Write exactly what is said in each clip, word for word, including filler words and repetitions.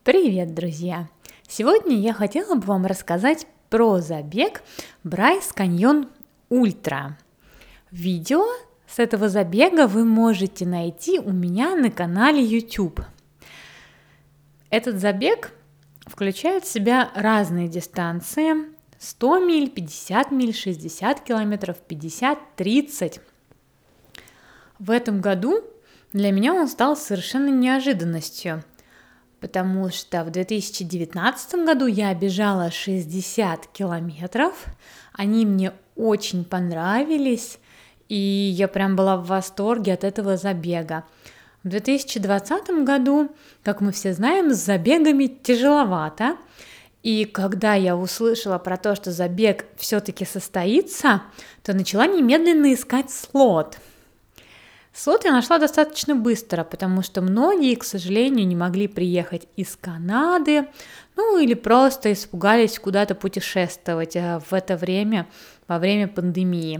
Привет, друзья! Сегодня я хотела бы вам рассказать про забег Брайс Каньон Ультра. Видео с этого забега вы можете найти у меня на канале YouTube. Этот забег включает в себя разные дистанции: сто миль, пятьдесят миль, шестьдесят километров, пятьдесят, тридцать. В этом году для меня он стал совершенно неожиданностью, потому что в две тысячи девятнадцатом году я бежала шестьдесят километров, они мне очень понравились, и я прям была в восторге от этого забега. В две тысячи двадцатом году, как мы все знаем, с забегами тяжеловато, и когда я услышала про то, что забег все-таки состоится, то начала немедленно искать слот. Слот я нашла достаточно быстро, потому что многие, к сожалению, не могли приехать из Канады, ну или просто испугались куда-то путешествовать в это время, во время пандемии.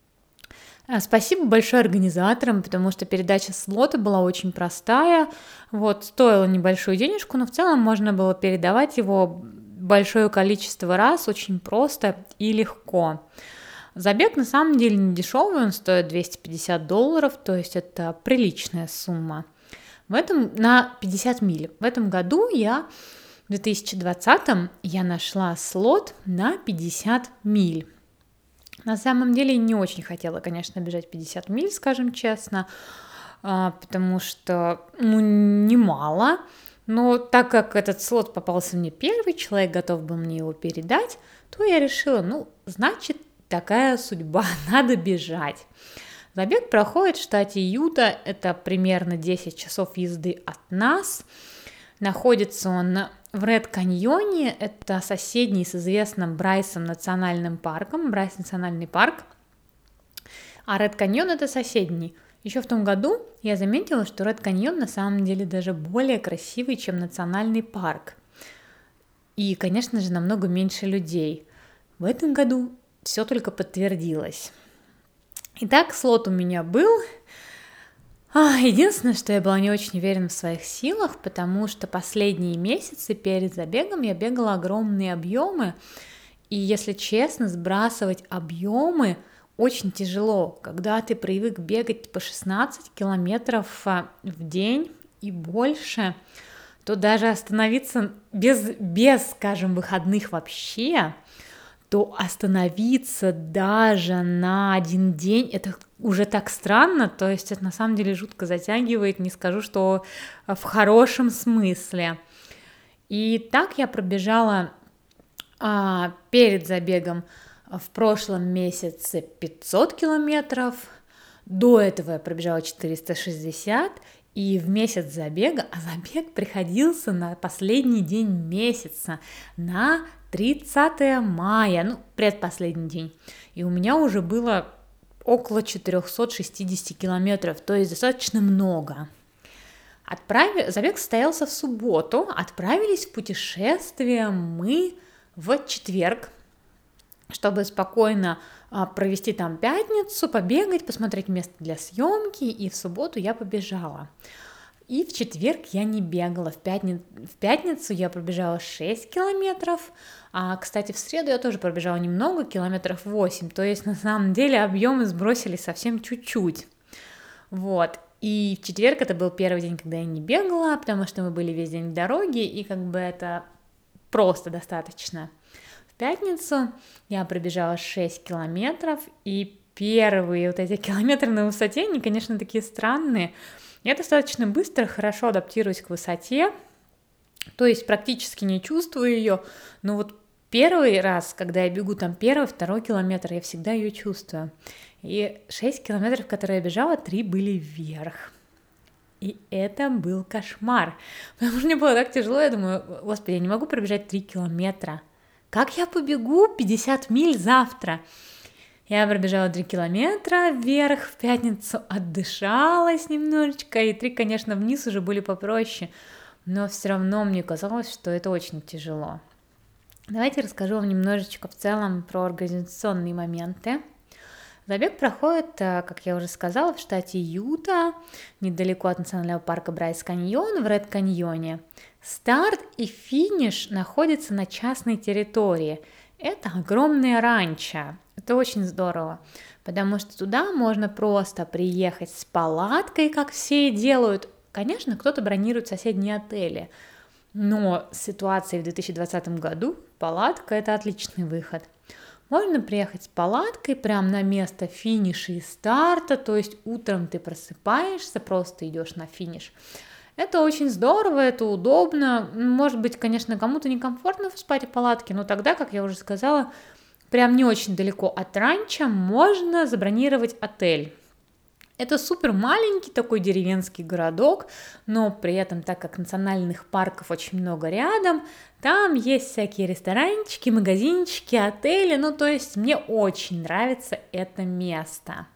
Спасибо большое организаторам, потому что передача слота была очень простая, вот, стоила небольшую денежку, но в целом можно было передавать его большое количество раз, очень просто и легко. Забег на самом деле не дешевый, он стоит двести пятьдесят долларов, то есть это приличная сумма. В этом на пятьдесят миль. В этом году я, в две тысячи двадцатом, я нашла слот на пятьдесят миль. На самом деле не очень хотела, конечно, бежать пятьдесят миль, скажем честно, потому что, ну, немало. Но так как этот слот попался мне первый, человек готов был мне его передать, то я решила, ну, значит, такая судьба, надо бежать. Забег проходит в штате Юта, это примерно десять часов езды от нас. Находится он в Ред Каньоне, это соседний с известным Брайсом национальным парком, Брайс национальный парк, а Ред Каньон это соседний. Еще в том году я заметила, что Ред Каньон на самом деле даже более красивый, чем национальный парк. И, конечно же, намного меньше людей. В этом году все только подтвердилось. Итак, слот у меня был. А, единственное, что я была не очень уверена в своих силах, потому что последние месяцы перед забегом я бегала огромные объемы, и, если честно, сбрасывать объемы очень тяжело, когда ты привык бегать по шестнадцать километров в день и больше, то даже остановиться без, без, скажем, выходных вообще, то остановиться даже на один день, это уже так странно, то есть это на самом деле жутко затягивает, не скажу, что в хорошем смысле. И так я пробежала а, перед забегом в прошлом месяце пятьсот километров, до этого я пробежала четыреста шестьдесят, и в месяц забега, а забег приходился на последний день месяца, на тридцатое мая, ну, предпоследний день, и у меня уже было около четыреста шестьдесят километров, то есть достаточно много. Отправи... Забег состоялся в субботу, отправились в путешествие мы в четверг, чтобы спокойно а, провести там пятницу, побегать, посмотреть место для съемки, и в субботу я побежала. И в четверг я не бегала, в, пятни... в пятницу я пробежала шесть километров, а, кстати, в среду я тоже пробежала немного, километров восемь, то есть на самом деле объемы сбросили совсем чуть-чуть, вот. И в четверг это был первый день, когда я не бегала, потому что мы были весь день в дороге, и как бы это просто достаточно. В пятницу я пробежала шесть километров, и первые вот эти километры на высоте, они, конечно, такие странные. Я достаточно быстро, хорошо адаптируюсь к высоте, то есть практически не чувствую ее, но вот первый раз, когда я бегу там первый, второй километр, я всегда ее чувствую. И шесть километров, которые я бежала, три были вверх. И это был кошмар, потому что мне было так тяжело, я думаю, господи, я не могу пробежать три километра. Как я побегу пятьдесят миль завтра? Я пробежала три километра вверх в пятницу, отдышалась немножечко, и три, конечно, вниз уже были попроще, но все равно мне казалось, что это очень тяжело. Давайте расскажу вам немножечко в целом про организационные моменты. Забег проходит, как я уже сказала, в штате Юта, недалеко от национального парка Брайс-Каньон в Ред-Каньоне. Старт и финиш находятся на частной территории. Это огромное ранчо. Это очень здорово, потому что туда можно просто приехать с палаткой, как все и делают. Конечно, кто-то бронирует соседние отели, но с ситуацией в две тысячи двадцатом году палатка – это отличный выход. Можно приехать с палаткой прямо на место финиша и старта, то есть утром ты просыпаешься, просто идешь на финиш. Это очень здорово, это удобно. Может быть, конечно, кому-то некомфортно спать в палатке, но тогда, как я уже сказала, прям не очень далеко от ранчо можно забронировать отель. Это супер маленький такой деревенский городок, но при этом, так как национальных парков очень много рядом, там есть всякие ресторанчики, магазинчики, отели, ну то есть мне очень нравится это место.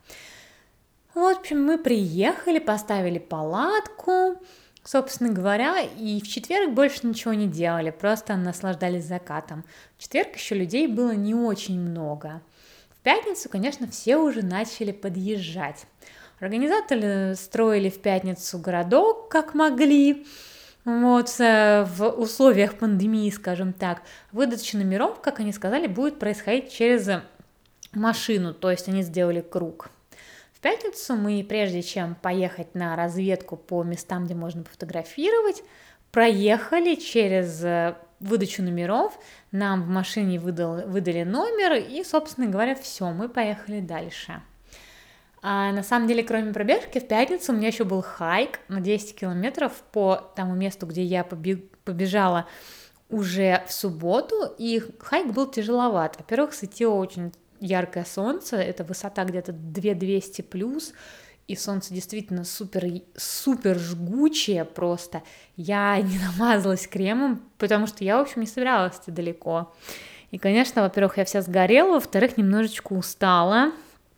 В общем, мы приехали, поставили палатку, собственно говоря, и в четверг больше ничего не делали, просто наслаждались закатом. В четверг еще людей было не очень много. В пятницу, конечно, все уже начали подъезжать. Организаторы строили в пятницу городок, как могли, вот, в условиях пандемии, скажем так. Выдача номеров, как они сказали, будет происходить через машину, то есть они сделали круг. В пятницу мы, прежде чем поехать на разведку по местам, где можно пофотографировать, проехали через выдачу номеров, нам в машине выдал, выдали номер, и, собственно говоря, все, мы поехали дальше. А на самом деле, кроме пробежки, в пятницу у меня еще был хайк на десять километров по тому месту, где я побежала уже в субботу, и хайк был тяжеловат. Во-первых, светило очень яркое солнце, это высота где-то две тысячи двести плюс, и солнце действительно супер, супер жгучее просто. Я не намазалась кремом, потому что я, в общем, не собиралась идти далеко. И, конечно, во-первых, я вся сгорела, во-вторых, немножечко устала.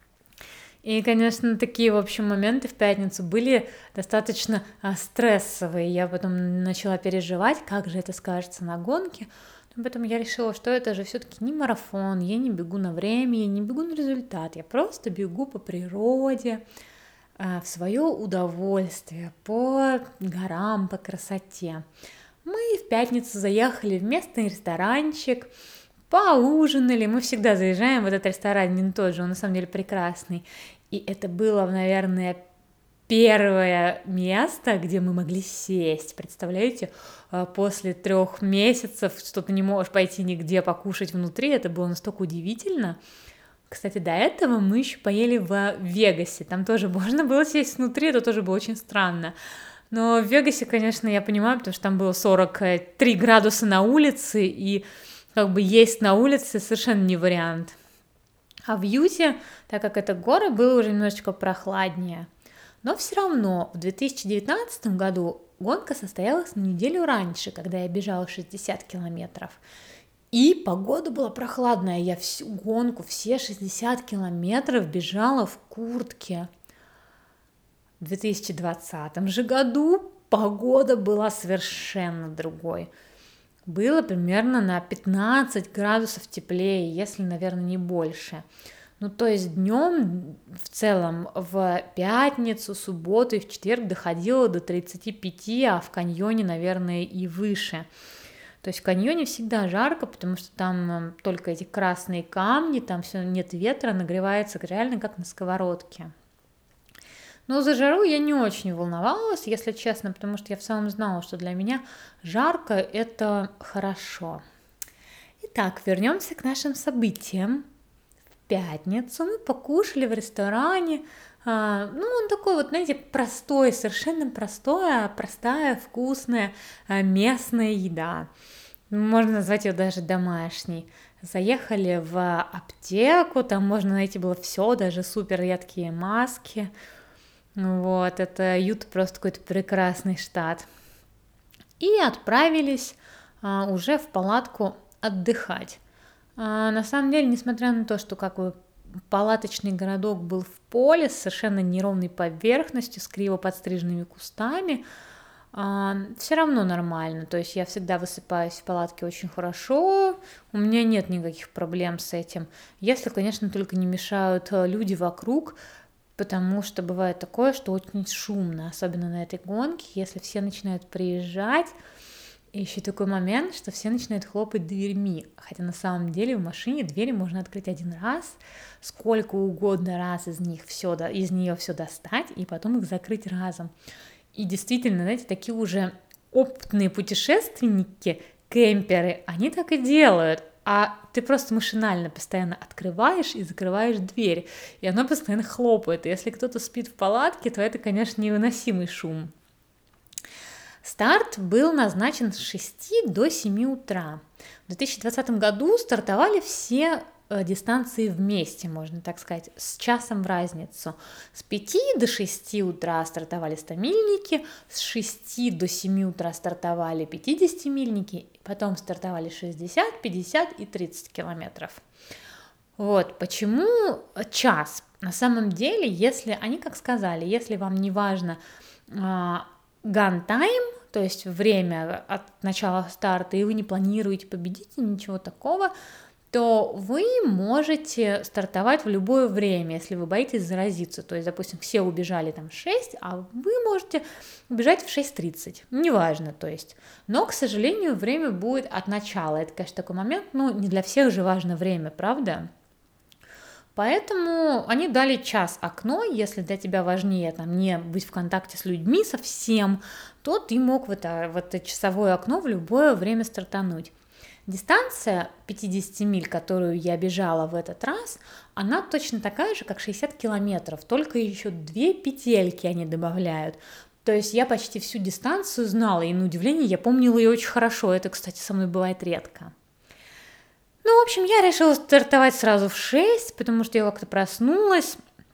И, конечно, такие, в общем, моменты в пятницу были достаточно а, стрессовые. Я потом начала переживать, как же это скажется на гонке. Но потом я решила, что это же все-таки не марафон, я не бегу на время, я не бегу на результат, я просто бегу по природе, а, в свое удовольствие, по горам, по красоте. Мы в пятницу заехали в местный ресторанчик, поужинали, мы всегда заезжаем в этот ресторан, один и тот же, он на самом деле прекрасный, и это было, наверное, первое место, где мы могли сесть, представляете, после трех месяцев, что ты не можешь пойти нигде покушать внутри, это было настолько удивительно. Кстати, до этого мы еще поели в Вегасе, там тоже можно было сесть внутри, это тоже было очень странно. Но в Вегасе, конечно, я понимаю, потому что там было сорок три градуса на улице, и как бы есть на улице совершенно не вариант. А в Юте, так как это горы, было уже немножечко прохладнее. Но все равно в две тысячи девятнадцатом году гонка состоялась на неделю раньше, когда я бежала шестьдесят километров. И погода была прохладная, я всю гонку, все шестьдесят километров бежала в куртке. В две тысячи двадцатом же году погода была совершенно другой. Было примерно на пятнадцать градусов теплее, если, наверное, не больше. Ну, то есть днем в целом в пятницу, субботу и в четверг доходило до тридцати пяти, а в каньоне, наверное, и выше. То есть в каньоне всегда жарко, потому что там только эти красные камни, там все нет ветра, нагревается реально как на сковородке. Но за жару я не очень волновалась, если честно, потому что я в целом знала, что для меня жарко – это хорошо. Итак, вернемся к нашим событиям. В пятницу мы покушали в ресторане. А, ну, он такой вот, знаете, простой, совершенно простая, простая, вкусная местная еда. Можно назвать ее даже домашней. Заехали в аптеку, там можно найти было все, даже супер редкие маски. Вот, это Юта просто какой-то прекрасный штат. И отправились а, уже в палатку отдыхать. А, на самом деле, несмотря на то, что как бы палаточный городок был в поле с совершенно неровной поверхностью, с криво подстриженными кустами, все равно нормально, то есть я всегда высыпаюсь в палатке очень хорошо, у меня нет никаких проблем с этим, если, конечно, только не мешают люди вокруг, потому что бывает такое, что очень шумно, особенно на этой гонке, если все начинают приезжать. И еще такой момент, что все начинают хлопать дверьми, хотя на самом деле в машине двери можно открыть один раз, сколько угодно раз из них все, из нее все достать и потом их закрыть разом. И действительно, знаете, такие уже опытные путешественники, кемперы, они так и делают. А ты просто машинально постоянно открываешь и закрываешь дверь, и она постоянно хлопает. И если кто-то спит в палатке, то это, конечно, невыносимый шум. Старт был назначен с шести до семи утра. В две тысячи двадцатом году стартовали все дистанции вместе, можно так сказать, с часом в разницу. С пяти до шести утра стартовали стомильники, с шести до семи утра стартовали пятидесятимильники, потом стартовали шестьдесят, пятьдесят и тридцать километров. Вот, почему час? На самом деле, если, они как сказали, если вам не важно gun time, то есть время от начала старта, и вы не планируете победить, ничего такого, то вы можете стартовать в любое время, если вы боитесь заразиться. То есть, допустим, все убежали там в шесть, а вы можете убежать в шесть тридцать, неважно, то есть. Но, к сожалению, время будет от начала. Это, конечно, такой момент, но не для всех же важно время, правда? Поэтому они дали час окно, если для тебя важнее там, не быть в контакте с людьми совсем, то ты мог в это, в это часовое окно в любое время стартануть. Дистанция пятьдесят миль, которую я бежала в этот раз, она точно такая же, как шестьдесят километров, только еще две петельки они добавляют. То есть я почти всю дистанцию знала, и на удивление я помнила ее очень хорошо, это, кстати, со мной бывает редко. Ну, в общем, я решила стартовать сразу в шесть, потому что я как-то проснулась,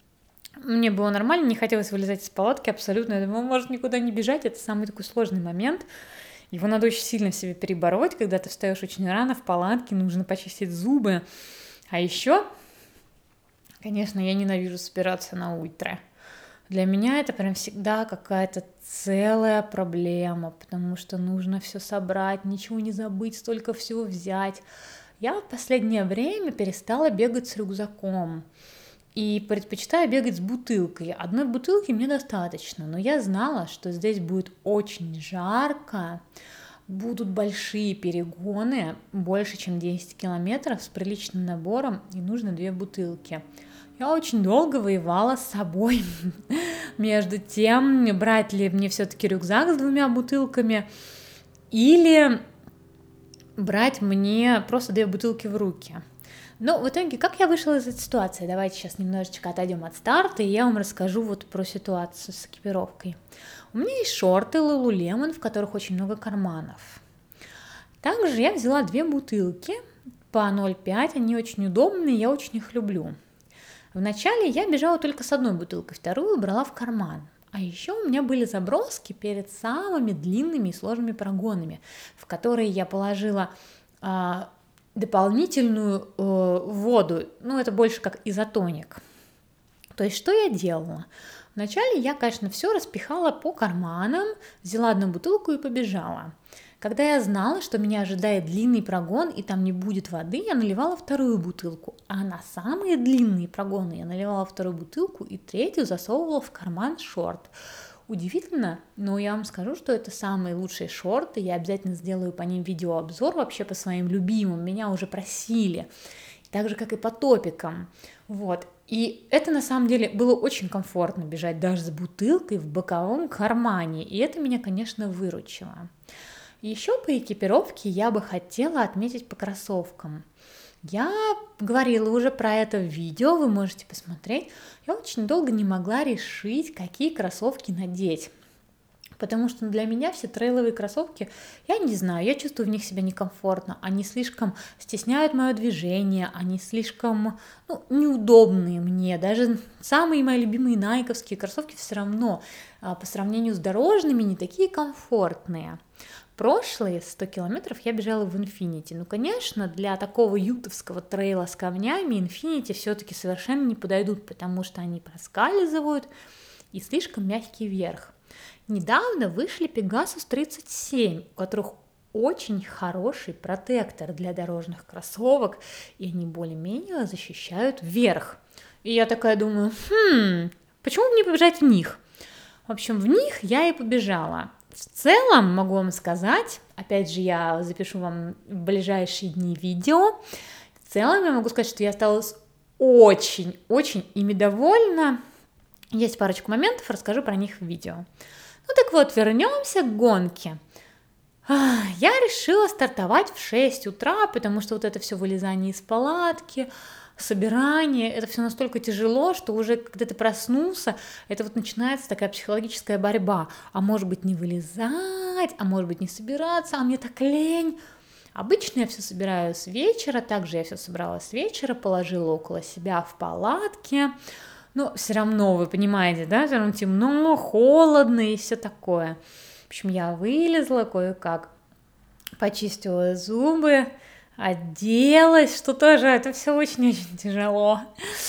мне было нормально, не хотелось вылезать из палатки абсолютно, я думала, может никуда не бежать, это самый такой сложный момент, его надо очень сильно в себе перебороть, когда ты встаешь очень рано в палатке, нужно почистить зубы, а еще, конечно, я ненавижу собираться на ультра. Для меня это прям всегда какая-то целая проблема, потому что нужно все собрать, ничего не забыть, столько всего взять. Я в последнее время перестала бегать с рюкзаком и предпочитаю бегать с бутылкой. Одной бутылки мне достаточно, но я знала, что здесь будет очень жарко, будут большие перегоны, больше, чем десять километров с приличным набором, и нужно две бутылки. Я очень долго воевала с собой между тем, брать ли мне все-таки рюкзак с двумя бутылками или брать мне просто две бутылки в руки. Но в итоге, как я вышла из этой ситуации? Давайте сейчас немножечко отойдем от старта, и я вам расскажу вот про ситуацию с экипировкой. У меня есть шорты Lululemon, в которых очень много карманов. Также я взяла две бутылки по ноль пять, они очень удобные, я очень их люблю. Вначале я бежала только с одной бутылкой, вторую брала в карман. А еще у меня были заброски перед самыми длинными и сложными прогонами, в которые я положила а, дополнительную а, воду, ну это больше как изотоник. То есть что я делала? Вначале я, конечно, все распихала по карманам, взяла одну бутылку и побежала. Когда я знала, что меня ожидает длинный прогон и там не будет воды, я наливала вторую бутылку, а на самые длинные прогоны я наливала вторую бутылку и третью засовывала в карман шорт. Удивительно, но я вам скажу, что это самые лучшие шорты, я обязательно сделаю по ним видеообзор вообще по своим любимым, меня уже просили, так же, как и по топикам, вот. И это на самом деле было очень комфортно бежать даже с бутылкой в боковом кармане, и это меня, конечно, выручило. Еще по экипировке я бы хотела отметить по кроссовкам. Я говорила уже про это в видео, вы можете посмотреть. Я очень долго не могла решить, какие кроссовки надеть. Потому что для меня все трейловые кроссовки, я не знаю, я чувствую в них себя некомфортно. Они слишком стесняют мое движение, они слишком ну, неудобные мне. Даже самые мои любимые найковские кроссовки все равно по сравнению с дорожными не такие комфортные. Прошлые сто километров я бежала в Infinity. Ну, конечно, для такого ютовского трейла с камнями Infinity все-таки совершенно не подойдут, потому что они проскальзывают и слишком мягкий верх. Недавно вышли Pegasus тридцать семь, у которых очень хороший протектор для дорожных кроссовок, и они более-менее защищают верх. И я такая думаю, хм, почему бы не побежать в них? В общем, в них я и побежала. В целом, могу вам сказать, опять же, я запишу вам в ближайшие дни видео, в целом я могу сказать, что я осталась очень-очень ими довольна. Есть парочку моментов, расскажу про них в видео. Ну так вот, вернемся к гонке. Я решила стартовать в шесть утра, потому что вот это все вылезание из палатки, собирание, это все настолько тяжело, что уже когда ты проснулся, это вот начинается такая психологическая борьба. А может быть не вылезать, а может быть не собираться, а мне так лень. Обычно я все собираю с вечера, также я все собрала с вечера, положила около себя в палатке. Но все равно, вы понимаете, да, все равно темно, холодно и все такое. В общем, я вылезла кое-как, почистила зубы, оделась, что тоже это все очень-очень тяжело.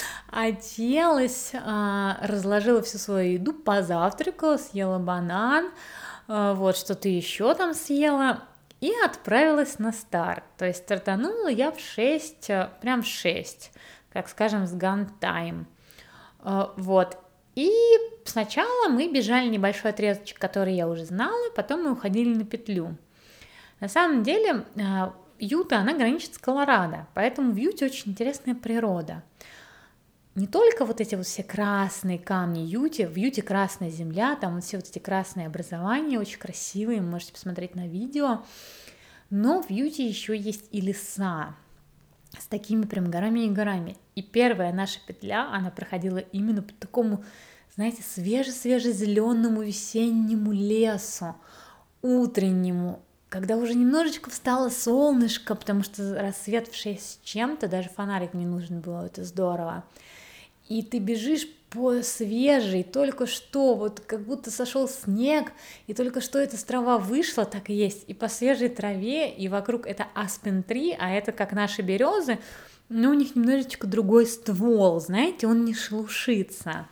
Оделась, разложила всю свою еду, позавтракала, съела банан, вот что-то еще там съела и отправилась на старт. То есть стартанула я в шесть, прям в шесть, как скажем, с ган-тайм. Вот. И сначала мы бежали небольшой отрезочек, который я уже знала, потом мы уходили на петлю. На самом деле Юта, она граничит с Колорадо, поэтому в Юте очень интересная природа. Не только вот эти вот все красные камни Юте, в Юте красная земля, там вот все вот эти красные образования очень красивые, можете посмотреть на видео, но в Юте еще есть и леса с такими прям горами и горами. И первая наша петля, она проходила именно по такому, знаете, свеже-свеже-зеленому весеннему лесу, утреннему, когда уже немножечко встало солнышко, потому что рассвет в шесть с чем-то, даже фонарик не нужен был, это здорово. И ты бежишь по свежей, только что, вот как будто сошел снег, и только что эта трава вышла, так и есть, и по свежей траве, и вокруг это Aspen Tree, а это как наши березы, но у них немножечко другой ствол, знаете, он не шелушится.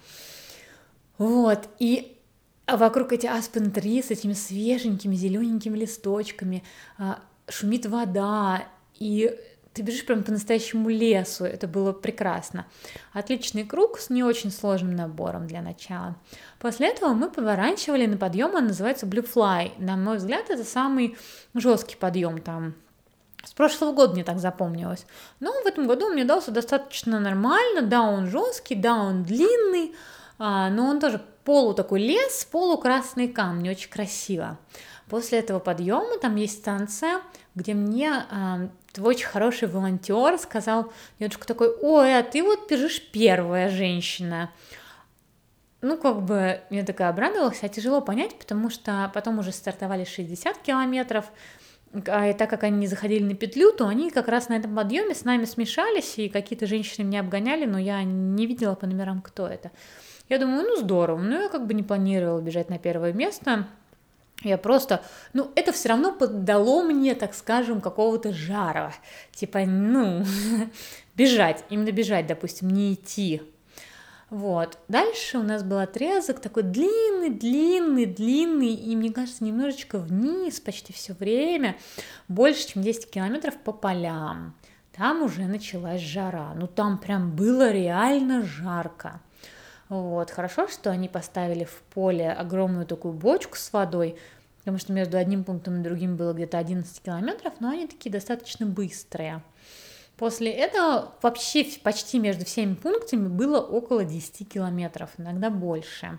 Вот, и вокруг эти Aspen Tree с этими свеженькими зелененькими листочками, шумит вода, и ты бежишь прям по настоящему лесу, это было прекрасно. Отличный круг с не очень сложным набором для начала. После этого мы поворачивали на подъем, он называется Blue Fly. На мой взгляд, это самый жесткий подъем там. С прошлого года мне так запомнилось. Но в этом году он мне дался достаточно нормально. Да, он жесткий, да, он длинный, но он тоже полу такой лес, полу красные камни, очень красиво. После этого подъема там есть станция, где мне э, твой очень хороший волонтер сказал, дедушка такой, ой, а ты вот бежишь первая женщина. Ну, как бы, я такая обрадовалась, а тяжело понять, потому что потом уже стартовали шестьдесят километров, а так как они не заходили на петлю, то они как раз на этом подъеме с нами смешались, и какие-то женщины меня обгоняли, но я не видела по номерам, кто это. Я думаю, ну, здорово, но я как бы не планировала бежать на первое место. Я просто, ну, это все равно поддало мне, так скажем, какого-то жара. Типа, ну, бежать, именно бежать, допустим, не идти. Вот. Дальше у нас был отрезок такой длинный, длинный, длинный, и, мне кажется, немножечко вниз почти все время, больше, чем десять километров по полям. Там уже началась жара, ну, там прям было реально жарко. Вот, хорошо, что они поставили в поле огромную такую бочку с водой, потому что между одним пунктом и другим было где-то одиннадцать километров, но они такие достаточно быстрые. После этого вообще почти между всеми пунктами было около десять километров, иногда больше.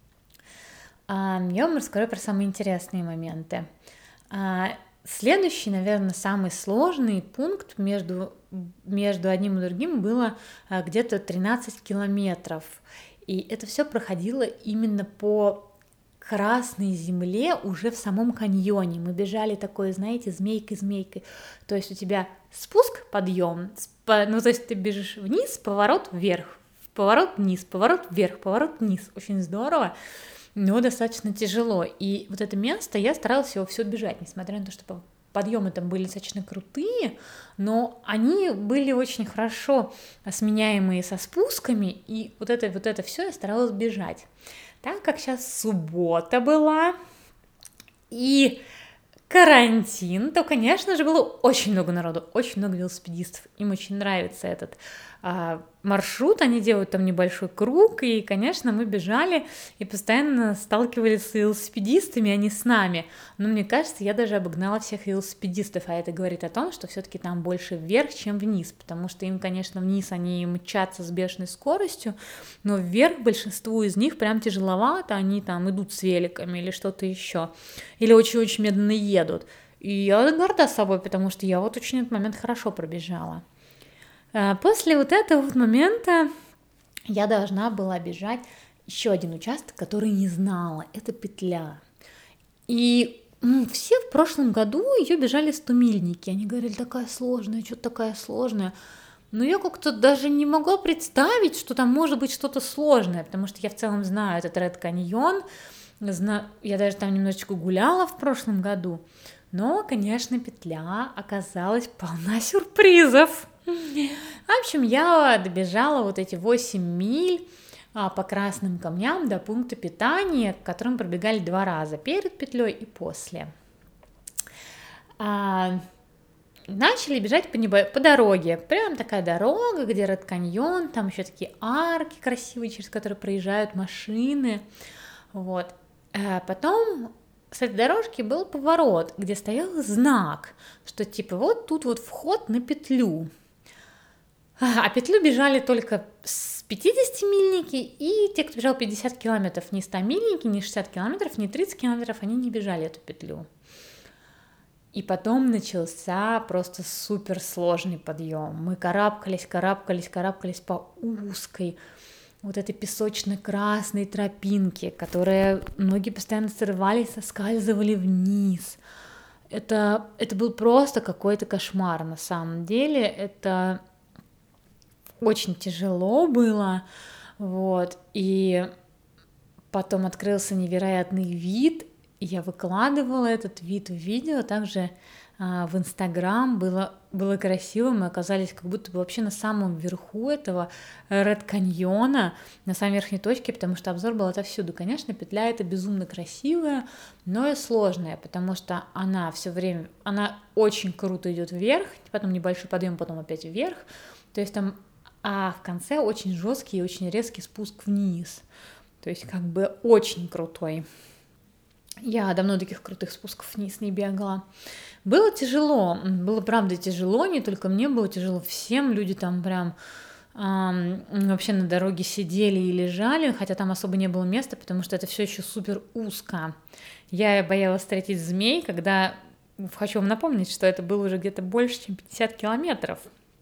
Я вам расскажу про самые интересные моменты. Следующий, наверное, самый сложный пункт между, между одним и другим было где-то тринадцать километров. И это все проходило именно по красной земле уже в самом каньоне. Мы бежали такой, знаете, змейкой-змейкой. То есть у тебя спуск, подъем, ну то есть ты бежишь вниз, поворот вверх, поворот вниз, поворот вверх, поворот вниз. Очень здорово, но достаточно тяжело. И вот это место я старалась его все бежать, несмотря на то, что подъемы там были достаточно крутые, но они были очень хорошо сменяемые со спусками, и вот это вот это все я старалась бежать. Так как сейчас суббота была и карантин, то, конечно же, было очень много народу, очень много велосипедистов. Им очень нравится этот а, маршрут, они делают там небольшой круг, и, конечно, мы бежали и постоянно сталкивались с велосипедистами, а не с нами. Но мне кажется, я даже обогнала всех велосипедистов, а это говорит о том, что все-таки там больше вверх, чем вниз, потому что им, конечно, вниз они мчатся с бешеной скоростью, но вверх большинству из них прям тяжеловато, они там идут с великами или что-то еще, или очень-очень медленно едут. И я горда собой, потому что я вот очень этот момент хорошо пробежала. После вот этого вот момента я должна была бежать еще один участок, который не знала. Это петля. И ну, все в прошлом году ее бежали стомильники. Они говорили, такая сложная, что-то такая сложная. Но я как-то даже не могла представить, что там может быть что-то сложное, потому что я в целом знаю этот Ред Каньон. Я даже там немножечко гуляла в прошлом году. Но, конечно, петля оказалась полна сюрпризов. В общем, я добежала вот эти восемь миль а, по красным камням до пункта питания, к которым пробегали два раза, перед петлей и после. А, начали бежать по, небо... по дороге, прям такая дорога, где Ред Каньон, там еще такие арки красивые, через которые проезжают машины, вот. А потом с этой дорожки был поворот, где стоял знак, что типа вот тут вот вход на петлю. А петлю бежали только с пятидесятимильники, и те, кто бежал пятьдесят километров, ни стомильники, ни шестьдесят километров, ни тридцать километров, они не бежали эту петлю. И потом начался просто суперсложный подъем. Мы карабкались, карабкались, карабкались по узкой вот этой песочно-красной тропинке, которая ноги постоянно срывались, соскальзывали вниз. Это, это был просто какой-то кошмар на самом деле. Это очень тяжело было, вот, и потом открылся невероятный вид, и я выкладывала этот вид в видео, также а, в Инстаграм, было, было красиво, мы оказались как будто бы вообще на самом верху этого Ред Каньона, на самой верхней точке, потому что обзор был отовсюду. Конечно, петля эта безумно красивая, но и сложная, потому что она все время, она очень круто идет вверх, потом небольшой подъем, потом опять вверх, то есть там а в конце очень жесткий и очень резкий спуск вниз. То есть как бы очень крутой. Я давно таких крутых спусков вниз не бегала. Было тяжело, было правда тяжело, не только мне было тяжело, всем люди там прям эм, вообще на дороге сидели и лежали, хотя там особо не было места, потому что это все еще супер узко. Я боялась встретить змей, когда, хочу вам напомнить, что это было уже где-то больше, чем пятьдесят километров.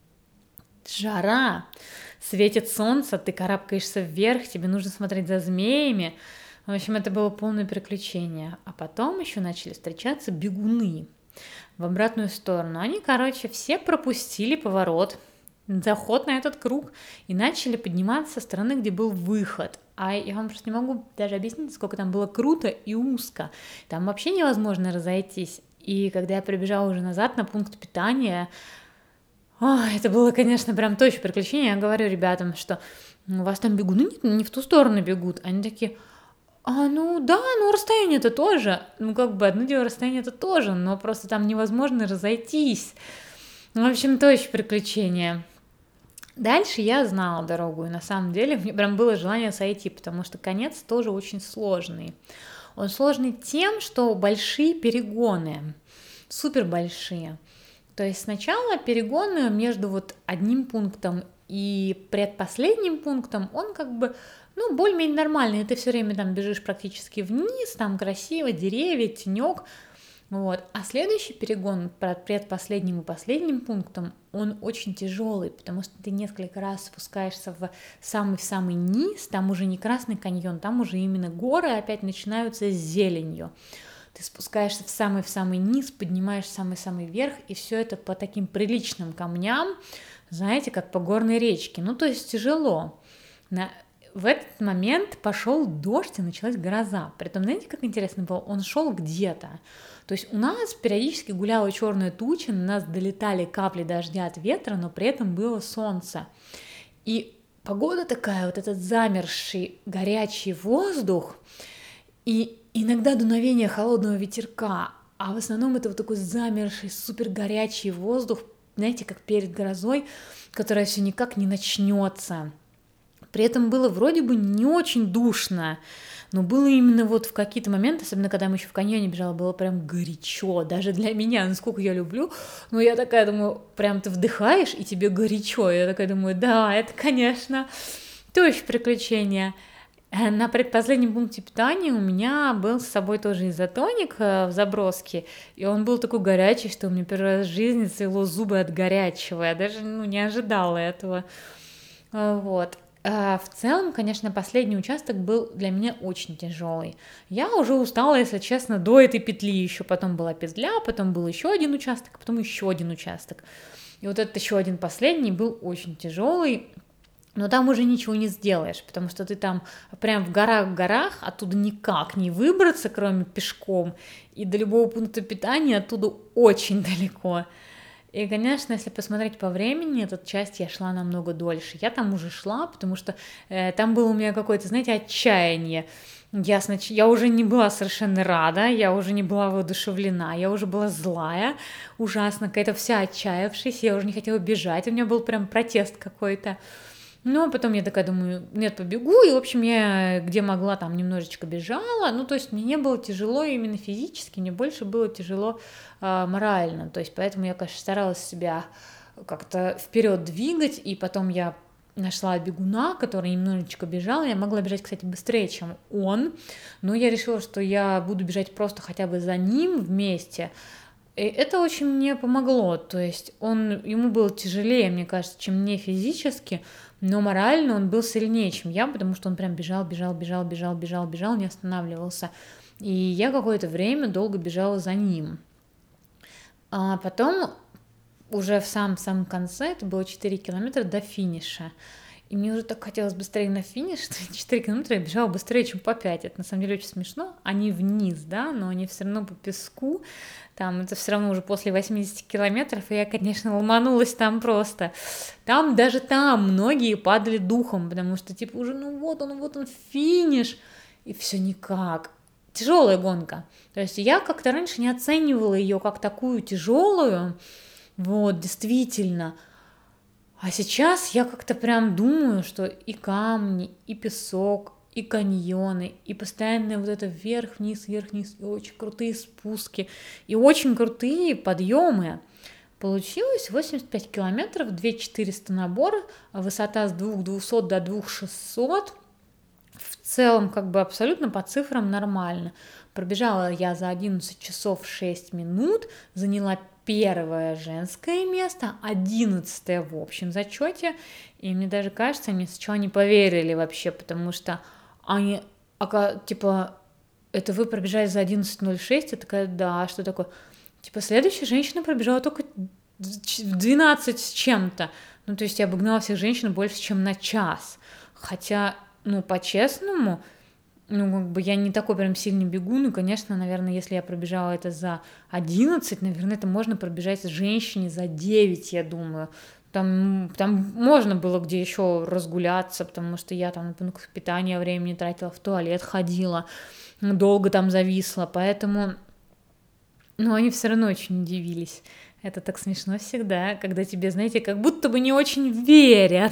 Жара, светит солнце, ты карабкаешься вверх, тебе нужно смотреть за змеями. В общем, это было полное приключение. А потом еще начали встречаться бегуны в обратную сторону. Они, короче, все пропустили поворот, заход на этот круг и начали подниматься со стороны, где был выход. А я вам просто не могу даже объяснить, сколько там было круто и узко. Там вообще невозможно разойтись. И когда я прибежала уже назад на пункт питания, о, это было, конечно, прям точно приключение. Я говорю ребятам, что у вас там бегуны не, не в ту сторону бегут. Они такие, а, ну да, ну расстояние это тоже. Ну как бы одно дело расстояние это тоже, но просто там невозможно разойтись. В общем, точно приключение. Дальше я знала дорогу, и на самом деле мне прям было желание сойти, потому что конец тоже очень сложный. Он сложный тем, что большие перегоны, супер большие. То есть сначала перегоны между вот одним пунктом и предпоследним пунктом, он как бы, ну, более-менее нормальный. Ты все время там бежишь практически вниз, там красиво, деревья, тенек. Вот. А следующий перегон под предпоследним и последним пунктом, он очень тяжелый, потому что ты несколько раз спускаешься в самый-самый низ, там уже не Красный каньон, там уже именно горы опять начинаются с зеленью. Ты спускаешься в самый-в самый низ, поднимаешь самый-самый верх, и все это по таким приличным камням, знаете, как по горной речке. Ну, то есть тяжело. На... В этот момент пошел дождь, и началась гроза. Притом, знаете, как интересно было? Он шел где-то. То есть у нас периодически гуляла черная туча, на нас долетали капли дождя от ветра, но при этом было солнце. И погода такая, вот этот замерзший горячий воздух и иногда дуновение холодного ветерка, а в основном это вот такой замерзший, супер горячий воздух, знаете, как перед грозой, которая все никак не начнется. При этом было вроде бы не очень душно, но было именно вот в какие-то моменты, особенно когда мы еще в каньоне бежала, было прям горячо, даже для меня, насколько я люблю, но я такая думаю, прям ты вдыхаешь, и тебе горячо, я такая думаю, да, это, конечно, тоже приключение. На предпоследнем пункте питания у меня был с собой тоже изотоник в заброске, и он был такой горячий, что у меня первый раз в жизни свело зубы от горячего, я даже ну, не ожидала этого, вот. В целом, конечно, последний участок был для меня очень тяжелый. Я уже устала, если честно, до этой петли. Еще потом была петля, потом был еще один участок, потом еще один участок. И вот этот еще один последний был очень тяжелый. Но там уже ничего не сделаешь, потому что ты там прям в горах-горах, оттуда никак не выбраться, кроме пешком. И до любого пункта питания оттуда очень далеко. И, конечно, если посмотреть по времени, эту часть я шла намного дольше. Я там уже шла, потому что э, там было у меня какое-то, знаете, отчаяние. Я, снач... я уже не была совершенно рада, я уже не была воодушевлена, я уже была злая, ужасно, какая-то вся отчаявшаяся, я уже не хотела бежать, у меня был прям протест какой-то. Но потом я такая думаю, нет, побегу, и, в общем, я где могла, там немножечко бежала, ну, то есть мне не было тяжело именно физически, мне больше было тяжело э, морально, то есть поэтому я, конечно, старалась себя как-то вперед двигать, и потом я нашла бегуна, который немножечко бежал, я могла бежать, кстати, быстрее, чем он, но я решила, что я буду бежать просто хотя бы за ним вместе. И это очень мне помогло, то есть он, ему было тяжелее, мне кажется, чем мне физически, но морально он был сильнее, чем я, потому что он прям бежал, бежал, бежал, бежал, бежал, бежал, не останавливался. И я какое-то время долго бежала за ним. А потом, уже в самом-самом конце, это было четыре километра до финиша. И мне уже так хотелось быстрее на финиш, что четыре километра я бежала быстрее, чем по пять. Это на самом деле очень смешно. Они вниз, да, но они все равно по песку. Там это все равно уже после восьмидесяти километров, и я, конечно, ломанулась там просто. Там, даже там многие падали духом, потому что, типа, уже, ну вот он, вот он, финиш, и все никак. Тяжелая гонка. То есть я как-то раньше не оценивала ее как такую тяжелую, вот, действительно. А сейчас я как-то прям думаю, что и камни, и песок, и каньоны, и постоянно вот это вверх-вниз, вверх-вниз, и очень крутые спуски, и очень крутые подъемы. Получилось восемьдесят пять километров, две тысячи четыреста набор, высота с две тысячи двухсот до две тысячи шестисот. В целом, как бы абсолютно по цифрам нормально. Пробежала я за одиннадцать часов шесть минут, заняла первое женское место, одиннадцатое в общем зачете, и мне даже кажется, они сначала не поверили вообще, потому что они, типа, это вы пробежали за одиннадцать ноль шесть, я такая, да, что такое? Типа, следующая женщина пробежала только двенадцать с чем-то, ну, то есть я обогнала всех женщин больше, чем на час, хотя, ну, по-честному, ну, как бы я не такой прям сильный бегун, и, конечно, наверное, если я пробежала это за одиннадцать, наверное, это можно пробежать женщине за девять, я думаю. Там, там можно было где еще разгуляться, потому что я там на пунктах питания времени тратила, в туалет ходила, долго там зависла, поэтому, ну, они все равно очень удивились. Это так смешно всегда, когда тебе, знаете, как будто бы не очень верят.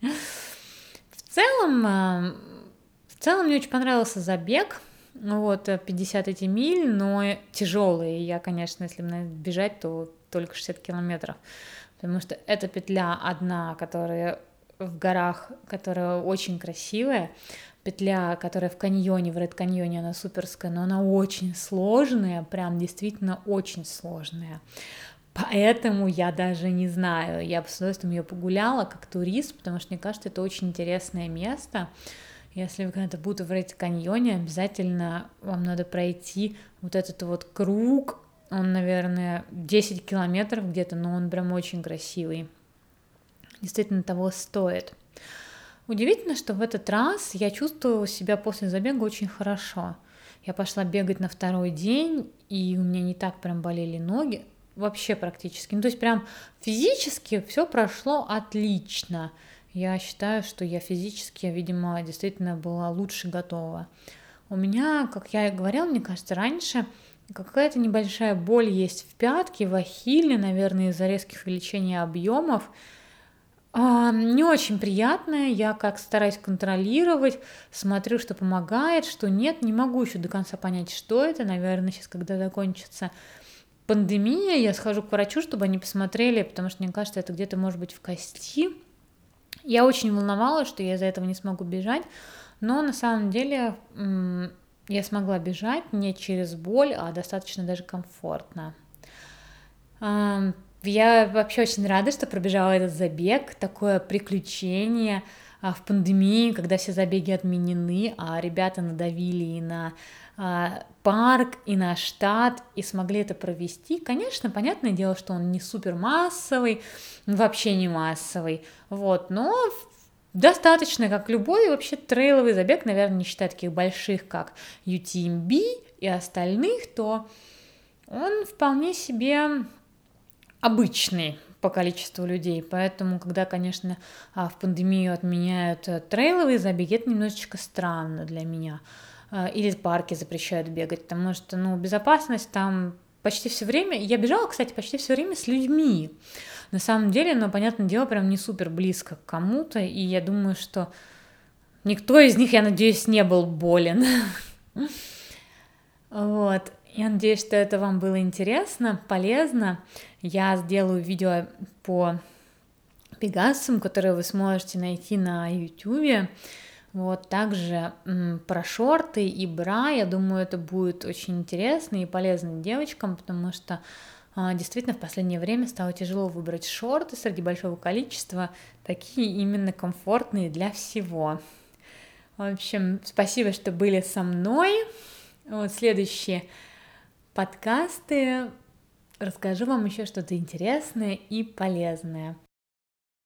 В целом, в целом мне очень понравился забег, вот, пятьдесят эти миль, но тяжелые. Я, конечно, если бежать, то только шестьдесят километров, потому что эта петля одна, которая в горах, которая очень красивая, петля, которая в каньоне, в Ред каньоне, она суперская, но она очень сложная, прям действительно очень сложная. Поэтому я даже не знаю, я бы с удовольствием ее погуляла как турист, потому что мне кажется, это очень интересное место. Если вы когда-то будете в Ред каньоне, обязательно вам надо пройти вот этот вот круг, он, наверное, десять километров где-то, но он прям очень красивый, действительно того стоит. Удивительно, что в этот раз я чувствовала себя после забега очень хорошо. Я пошла бегать на второй день, и у меня не так прям болели ноги, вообще практически. Ну, то есть прям физически все прошло отлично. я считаю, что я физически, видимо, действительно была лучше готова. У меня, как я и говорила, мне кажется, раньше какая-то небольшая боль есть в пятке, в ахилле, наверное, из-за резких увеличений объемов. А, не очень приятная, я как стараюсь контролировать, смотрю, что помогает, что нет, не могу еще до конца понять, что это, наверное, сейчас, когда закончится пандемия, я схожу к врачу, чтобы они посмотрели, потому что мне кажется, это где-то может быть в кости. Я очень волновалась, что я из-за этого не смогу бежать, но на самом деле я смогла бежать не через боль, а достаточно даже комфортно. Я вообще очень рада, что пробежала этот забег, такое приключение в пандемии, когда все забеги отменены, а ребята надавили и на парк, и на штат, и смогли это провести. Конечно, понятное дело, что он не супер массовый, вообще не массовый, вот, но достаточно, как любой вообще трейловый забег, наверное, не считая таких больших, как ю ти эм би и остальных, то он вполне себе обычный по количеству людей, поэтому, когда, конечно, в пандемию отменяют трейловые забеги, это немножечко странно для меня, или парки запрещают бегать, потому что, ну, безопасность там почти все время, я бежала, кстати, почти все время с людьми, на самом деле, но, понятное дело, прям не супер близко к кому-то, и я думаю, что никто из них, я надеюсь, не был болен, вот. Я надеюсь, что это вам было интересно, полезно. Я сделаю видео по Пегасам, которые вы сможете найти на YouTube. Вот, также м, про шорты и бра. Я думаю, это будет очень интересно и полезно девочкам, потому что а, действительно в последнее время стало тяжело выбрать шорты среди большого количества, такие именно комфортные для всего. В общем, спасибо, что были со мной. Вот следующие подкасты расскажу вам еще что-то интересное и полезное.